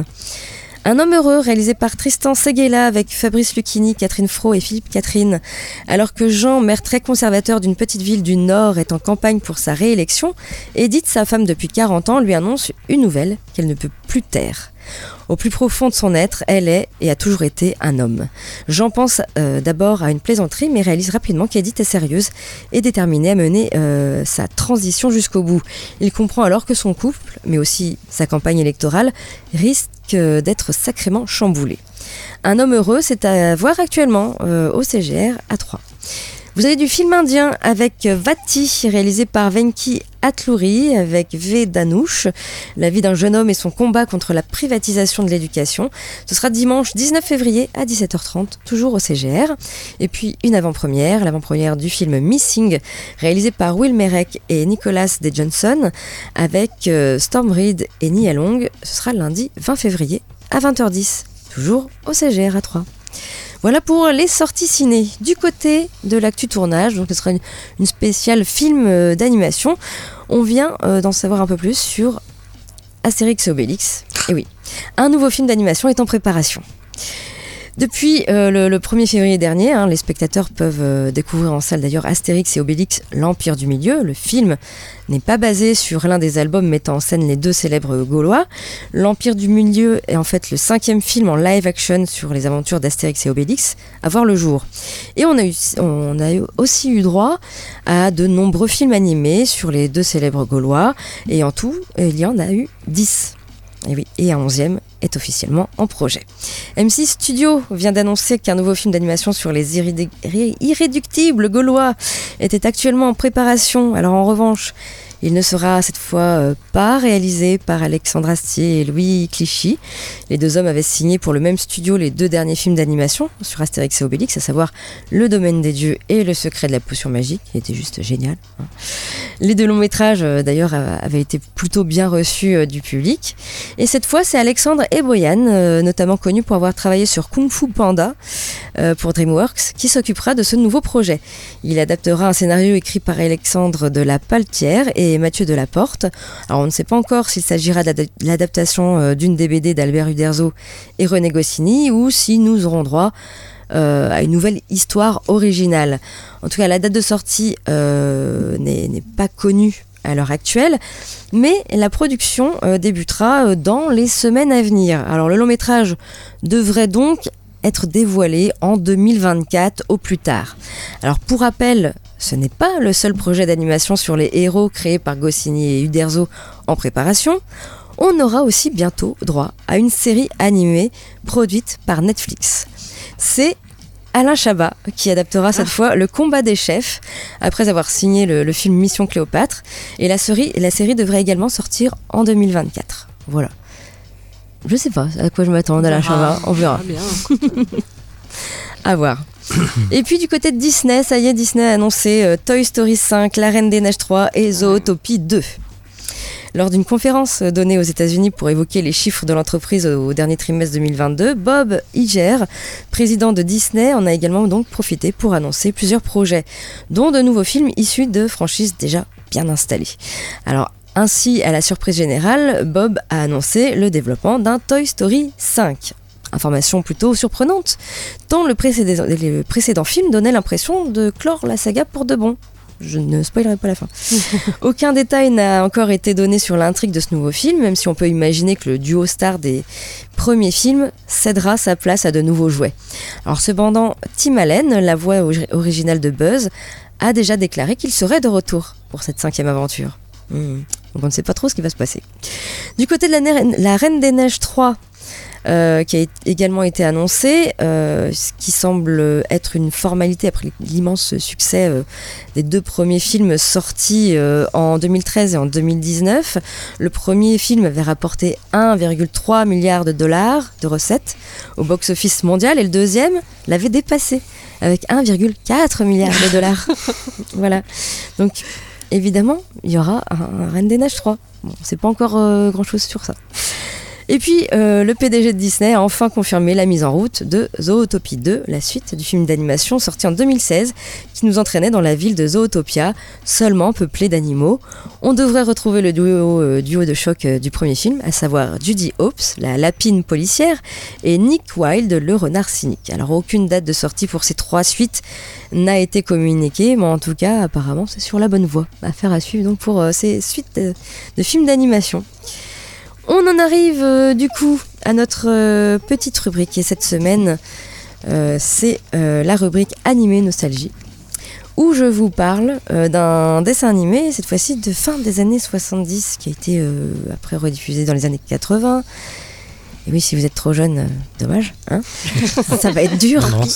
Un homme heureux, réalisé par Tristan Seguela avec Fabrice Lucchini, Catherine Fro et Philippe Catherine. Alors que Jean, maire très conservateur d'une petite ville du Nord, est en campagne pour sa réélection, Edith, sa femme depuis 40 ans, lui annonce une nouvelle qu'elle ne peut plus taire. Au plus profond de son être, elle est et a toujours été un homme. Jean pense d'abord à une plaisanterie, mais réalise rapidement qu'Edith est sérieuse et déterminée à mener sa transition jusqu'au bout. Il comprend alors que son couple, mais aussi sa campagne électorale, risque d'être sacrément chamboulé. Un homme heureux, c'est à voir actuellement au CGR à 3. Vous avez du film indien avec Vati, réalisé par Venki Atluri avec V. Dhanush, la vie d'un jeune homme et son combat contre la privatisation de l'éducation. Ce sera dimanche 19 février à 17h30, toujours au CGR. Et puis une l'avant-première du film Missing, réalisé par Will Merrick et Nicholas D. Johnson, avec Storm Reid et Nia Long. Ce sera lundi 20 février à 20h10, toujours au CGR à 3. Voilà pour les sorties ciné. Du côté de l'actu tournage, donc ce sera une spéciale film d'animation. On vient d'en savoir un peu plus sur Astérix et Obélix. Et oui, un nouveau film d'animation est en préparation. Depuis le 1er février dernier, les spectateurs peuvent découvrir en salle d'ailleurs Astérix et Obélix, l'Empire du Milieu. Le film n'est pas basé sur l'un des albums mettant en scène les deux célèbres Gaulois. L'Empire du Milieu est en fait le 5e film en live action sur les aventures d'Astérix et Obélix à voir le jour. Et on a aussi eu droit à de nombreux films animés sur les deux célèbres Gaulois. Et en tout, il y en a eu 10. Et oui, et un 11e est officiellement en projet. M6 Studio vient d'annoncer qu'un nouveau film d'animation sur les irréductibles gaulois était actuellement en préparation. Alors en revanche, Il ne sera cette fois pas réalisé par Alexandre Astier et Louis Clichy. Les deux hommes avaient signé pour le même studio les 2 derniers films d'animation sur Astérix et Obélix, à savoir Le Domaine des Dieux et Le Secret de la Potion Magique, qui était juste génial. Les 2 longs métrages, d'ailleurs, avaient été plutôt bien reçus du public. Et cette fois, c'est Alexandre Eboyan, notamment connu pour avoir travaillé sur Kung Fu Panda pour DreamWorks, qui s'occupera de ce nouveau projet. Il adaptera un scénario écrit par Alexandre de la Paltière et Mathieu Delaporte. Alors on ne sait pas encore s'il s'agira de l'adaptation d'une des BD d'Albert Uderzo et René Goscinny ou si nous aurons droit à une nouvelle histoire originale. En tout cas, la date de sortie n'est pas connue à l'heure actuelle, mais la production débutera dans les semaines à venir. Alors le long métrage devrait donc être dévoilé en 2024 au plus tard. Alors pour rappel, ce n'est pas le seul projet d'animation sur les héros créé par Goscinny et Uderzo en préparation. On aura aussi bientôt droit à une série animée produite par Netflix. C'est Alain Chabat qui adaptera cette fois Le Combat des Chefs après avoir signé le film Mission Cléopâtre, et la série devrait également sortir en 2024. Voilà. Je sais pas à quoi je m'attends d'Alain Chabat, on verra. À voir. Et puis du côté de Disney, ça y est, Disney a annoncé Toy Story 5, La Reine des Neiges 3 et Zootopie 2. Lors d'une conférence donnée aux États-Unis pour évoquer les chiffres de l'entreprise au dernier trimestre 2022, Bob Iger, président de Disney, en a également donc profité pour annoncer plusieurs projets, dont de nouveaux films issus de franchises déjà bien installées. Alors, ainsi, à la surprise générale, Bob a annoncé le développement d'un Toy Story 5. Information plutôt surprenante, tant le précédent film donnait l'impression de clore la saga pour de bon. Je ne spoilerai pas la fin. Aucun détail n'a encore été donné sur l'intrigue de ce nouveau film, même si on peut imaginer que le duo star des premiers films cédera sa place à de nouveaux jouets. Alors cependant, Tim Allen, la voix originale de Buzz, a déjà déclaré qu'il serait de retour pour cette 5e aventure. Donc on ne sait pas trop ce qui va se passer. Du côté de la Reine des Neiges 3, qui a également été annoncé, ce qui semble être une formalité après l'immense succès des 2 premiers films sortis en 2013 et en 2019. Le premier film avait rapporté 1,3 milliard de dollars de recettes au box-office mondial, et le deuxième l'avait dépassé avec 1,4 milliard de dollars. Voilà. Donc évidemment, il y aura un Reine des Neiges 3. Bon, on ne sait pas encore grand-chose sur ça. Et puis, le PDG de Disney a enfin confirmé la mise en route de Zootopie 2, la suite du film d'animation sorti en 2016, qui nous entraînait dans la ville de Zootopia, seulement peuplée d'animaux. On devrait retrouver le duo de choc du premier film, à savoir Judy Hopps, la lapine policière, et Nick Wilde, le renard cynique. Alors, aucune date de sortie pour ces 3 suites n'a été communiquée, mais en tout cas, apparemment, c'est sur la bonne voie. Affaire à suivre donc pour ces suites de films d'animation. On en arrive du coup à notre petite rubrique, et cette semaine c'est la rubrique Animé Nostalgie, où je vous parle d'un dessin animé, cette fois-ci de fin des années 70, qui a été après rediffusé dans les années 80. Et oui, si vous êtes trop jeune, dommage, hein. Ça va être dur. Non,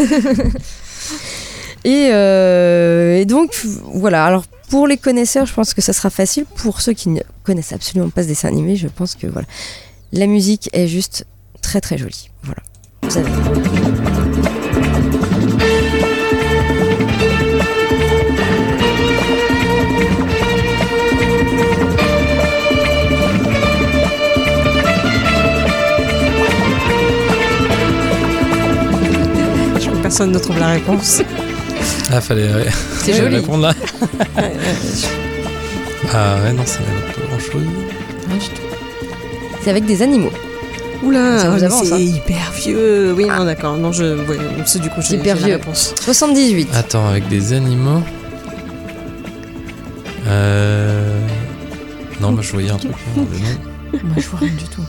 et donc voilà, alors pour les connaisseurs, je pense que ça sera facile. Pour ceux qui ne connaissent absolument pas ce dessin animé, je pense que voilà, la musique est juste très très jolie. Voilà, vous savez. Je crois que personne ne trouve la réponse. Ah, fallait C'est joli. répondre là. Ah ouais, non, ça n'avait pas grand-chose. C'est avec des animaux. Oula, ça vous avance, c'est hein. hyper vieux. Oui, non, d'accord. Non, c'est du coup, j'ai Hyper la vieux. réponse. 78. Attends, avec des animaux. Non, moi je voyais un truc. Mais non. Moi, je vois rien du tout.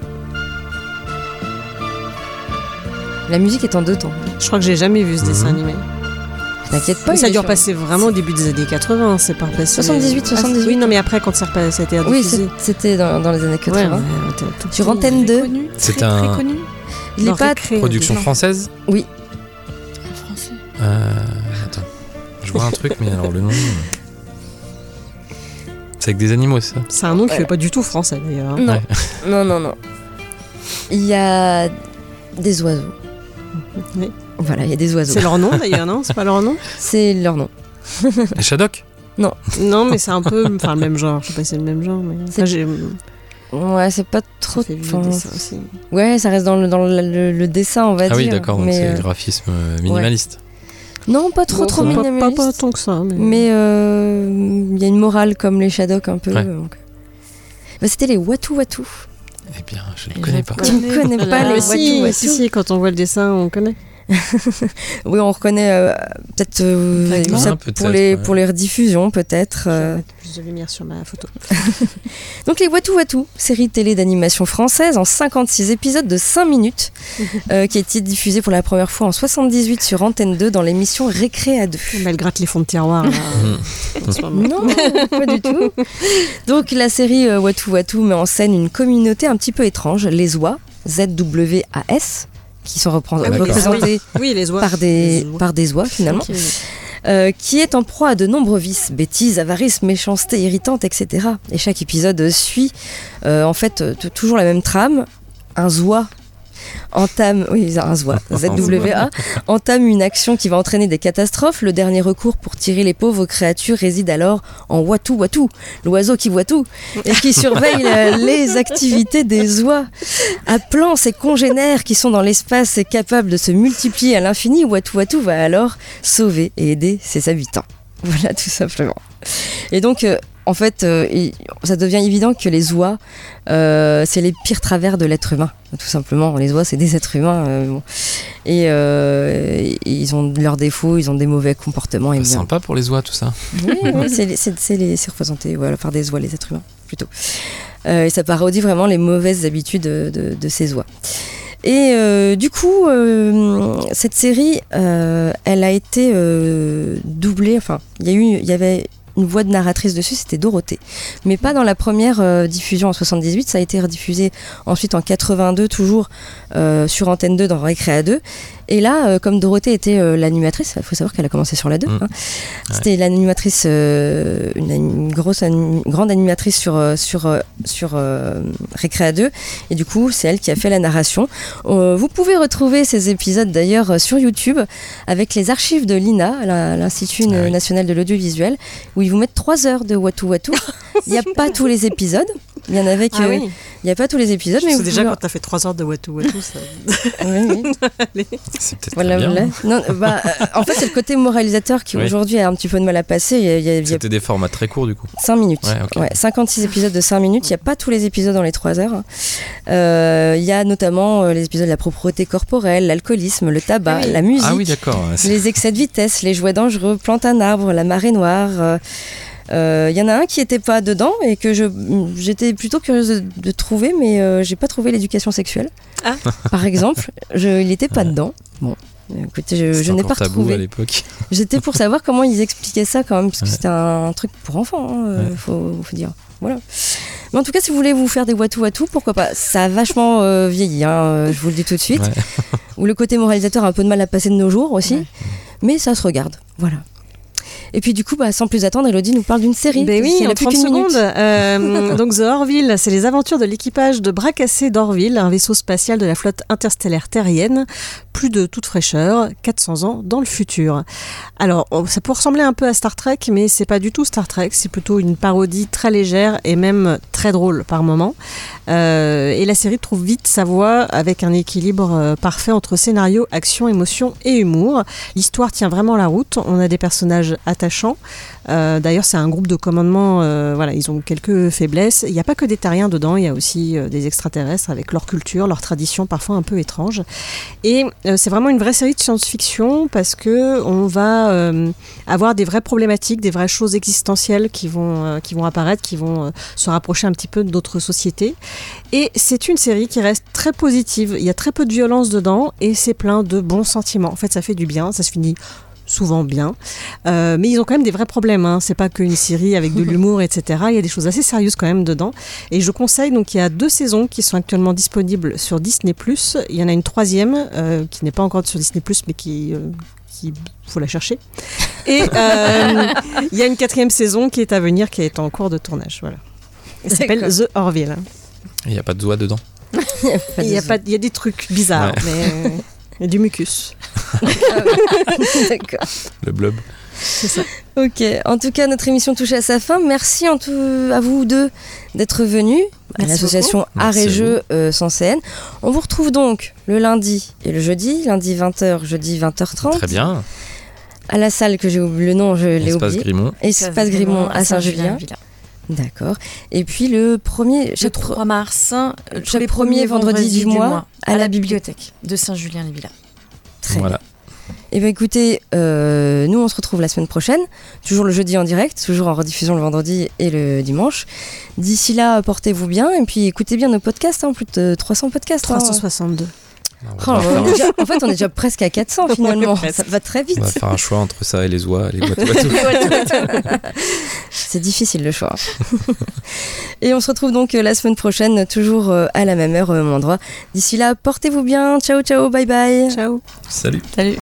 La musique est en 2 temps. Je crois que j'ai jamais vu ce dessin animé. T'inquiète pas. Mais ça a il est dû sur- repasser vraiment au début des années 80, c'est pas repassé. 78. Oui, non, mais après, quand ça a été Oui, diffusé. c'était dans les années 80. Ouais, t'es tout Sur petit. Antenne 2. C'était un- connu. Il n'est Dans pas Récré, Production non. française. Oui. Français. Attends, je vois un truc, mais alors le nom. C'est avec des animaux, c'est ça? C'est un nom qui fait pas du tout français d'ailleurs. Non. Ouais. non. Il y a des oiseaux. Oui. Voilà, il y a des oiseaux. C'est leur nom d'ailleurs, non? C'est pas leur nom? C'est leur nom. Les Shadok? Non. Non, mais c'est un peu le même genre. Je sais pas si c'est le même genre, mais. Ouais, c'est pas trop. Ça fait vieux dessin aussi. Ouais, ça reste dans le dessin, on va dire. Ah oui, d'accord, donc mais, c'est le graphisme minimaliste. Non, pas trop minimaliste. Pas tant que ça. Mais il y a une morale comme les Shadok un peu. Ouais. Donc. Bah, c'était les Watu Watu. Eh bien, je ne connais pas. Tu ne connais pas les Watu Watu? Si, quand on voit le dessin, on connaît. Oui, on reconnaît peut-être ça pour les rediffusions, peut-être. Je vais mettre plus de lumière sur ma photo. Donc les Watu Watu, série télé d'animation française en 56 épisodes de 5 minutes, qui a été diffusée pour la première fois en 78 sur Antenne 2 dans l'émission Récré à 2. Elle gratte les fonds de tiroir. Là, en ce moment. Non, pas du tout. Donc la série Watu Watu met en scène une communauté un petit peu étrange, les oies, ZWAS, qui sont représentés les oies. par des oies finalement, qui est en proie à de nombreux vices, bêtises, avarice, méchanceté irritante, etc. Et chaque épisode suit en fait toujours la même trame. Un ZWA entame une action qui va entraîner des catastrophes. Le dernier recours pour tirer les pauvres créatures réside alors en Watu Watu, l'oiseau qui voit tout et qui surveille les activités des oies. Appelant ses congénères qui sont dans l'espace et capables de se multiplier à l'infini, Watu Watu va alors sauver et aider ses habitants. Voilà, tout simplement. Et donc en fait, ça devient évident que les oies, c'est les pires travers de l'être humain, tout simplement. Les oies, c'est des êtres humains. Et ils ont leurs défauts, ils ont des mauvais comportements. C'est sympa pour les oies, tout ça. Oui, c'est représenté par des oies, les êtres humains, plutôt. Et ça parodie vraiment les mauvaises habitudes de ces oies. Et du coup, cette série, elle a été doublée. Enfin, il y avait une voix de narratrice dessus, c'était Dorothée. Mais pas dans la première diffusion en 78, ça a été rediffusé ensuite en 82, toujours sur Antenne 2 dans Récré à 2. Et là, comme Dorothée était l'animatrice, il faut savoir qu'elle a commencé sur la 2. C'était l'animatrice, une grande animatrice sur Récré à 2. Et du coup, c'est elle qui a fait la narration. Vous pouvez retrouver ces épisodes d'ailleurs sur YouTube avec les archives de l'INA, l'Institut national de l'audiovisuel, où ils vous mettent 3 heures de Watu Watu. Il n'y a pas tous les épisodes. Il y en avait que. Il n'y a pas tous les épisodes. Mais déjà, quand tu as fait 3 heures de Watu Watu, ça. Oui. C'est peut-être bien. Non, en fait, c'est le côté moralisateur qui aujourd'hui a un petit peu de mal à passer. C'était des formats très courts du coup. 5 minutes. Ouais, 56 épisodes de 5 minutes. Il n'y a pas tous les épisodes dans les 3 heures. Il y a notamment les épisodes de la propreté corporelle, l'alcoolisme, le tabac, la musique, les excès de vitesse, les jouets dangereux, plante un arbre, la marée noire. Il y en a un qui n'était pas dedans et que j'étais plutôt curieuse de trouver, mais j'ai pas trouvé l'éducation sexuelle. Par exemple, il n'était pas dedans. Bon, écoutez, je n'ai pas retrouvé. À l'époque. J'étais pour savoir comment ils expliquaient ça quand même, parce que c'était un truc pour enfants, faut dire. Voilà. Mais en tout cas, si vous voulez vous faire des Watu Watu, pourquoi pas. Ça a vachement vieilli, je vous le dis tout de suite. Ou le côté moralisateur a un peu de mal à passer de nos jours aussi, mais ça se regarde. Voilà. Et puis du coup, sans plus attendre, Elodie nous parle d'une série. Ben oui, en 30 secondes. Donc The Orville, c'est les aventures de l'équipage de bras cassés d'Orville, un vaisseau spatial de la flotte interstellaire terrienne, plus de toute fraîcheur, 400 ans dans le futur. Alors, ça peut ressembler un peu à Star Trek, mais c'est pas du tout Star Trek, c'est plutôt une parodie très légère et même très drôle par moments. Et la série trouve vite sa voie avec un équilibre parfait entre scénario, action, émotion et humour. L'histoire tient vraiment la route, on a des personnages attachants. D'ailleurs, c'est un groupe de commandement, ils ont quelques faiblesses. Il n'y a pas que des terriens dedans, il y a aussi des extraterrestres avec leur culture, leur tradition parfois un peu étrange. Et c'est vraiment une vraie série de science-fiction parce que on va avoir des vraies problématiques, des vraies choses existentielles qui vont apparaître, qui vont se rapprocher un petit peu d'autres sociétés. Et c'est une série qui reste très positive. Il y a très peu de violence dedans et c'est plein de bons sentiments. En fait, ça fait du bien, ça se finit souvent bien, mais ils ont quand même des vrais problèmes, c'est pas qu'une série avec de l'humour, etc. Il y a des choses assez sérieuses quand même dedans, et je conseille, donc il y a 2 saisons qui sont actuellement disponibles sur Disney+, il y en a une 3e qui n'est pas encore sur Disney+, mais qui faut la chercher, Et il y a une 4e saison qui est à venir, qui est en cours de tournage. Voilà. Elle s'appelle The Orville. Il n'y a pas de oies dedans. Il y a des trucs bizarres, mais il y a du mucus. D'accord. Le blob. C'est ça. Ok, en tout cas, notre émission touche à sa fin. Merci à vous deux d'être venus à l'association Art et Jeux Sancéenne. On vous retrouve donc le lundi et le jeudi, lundi 20h, jeudi 20h30. Très bien. À la salle que j'ai oublié, le nom, je l'ai Espace oublié. Grimont. Espace Grimont à Saint-Julien. D'accord. Et puis le 3 mars, chaque premier vendredi du mois à la bibliothèque de Saint-Julien-les-Villas. Très bien. Et bien écoutez, nous on se retrouve la semaine prochaine, toujours le jeudi en direct, toujours en rediffusion le vendredi et le dimanche. D'ici là, portez-vous bien et puis écoutez bien nos podcasts, plus de 300 podcasts. 362. En fait, on est déjà presque à 400 finalement. Ça va très vite. On va faire un choix entre ça et les oies, les Watu. C'est difficile le choix. Et on se retrouve donc la semaine prochaine, toujours à la même heure, au même endroit. D'ici là, portez-vous bien. Ciao, ciao, bye bye. Ciao. Salut. Salut.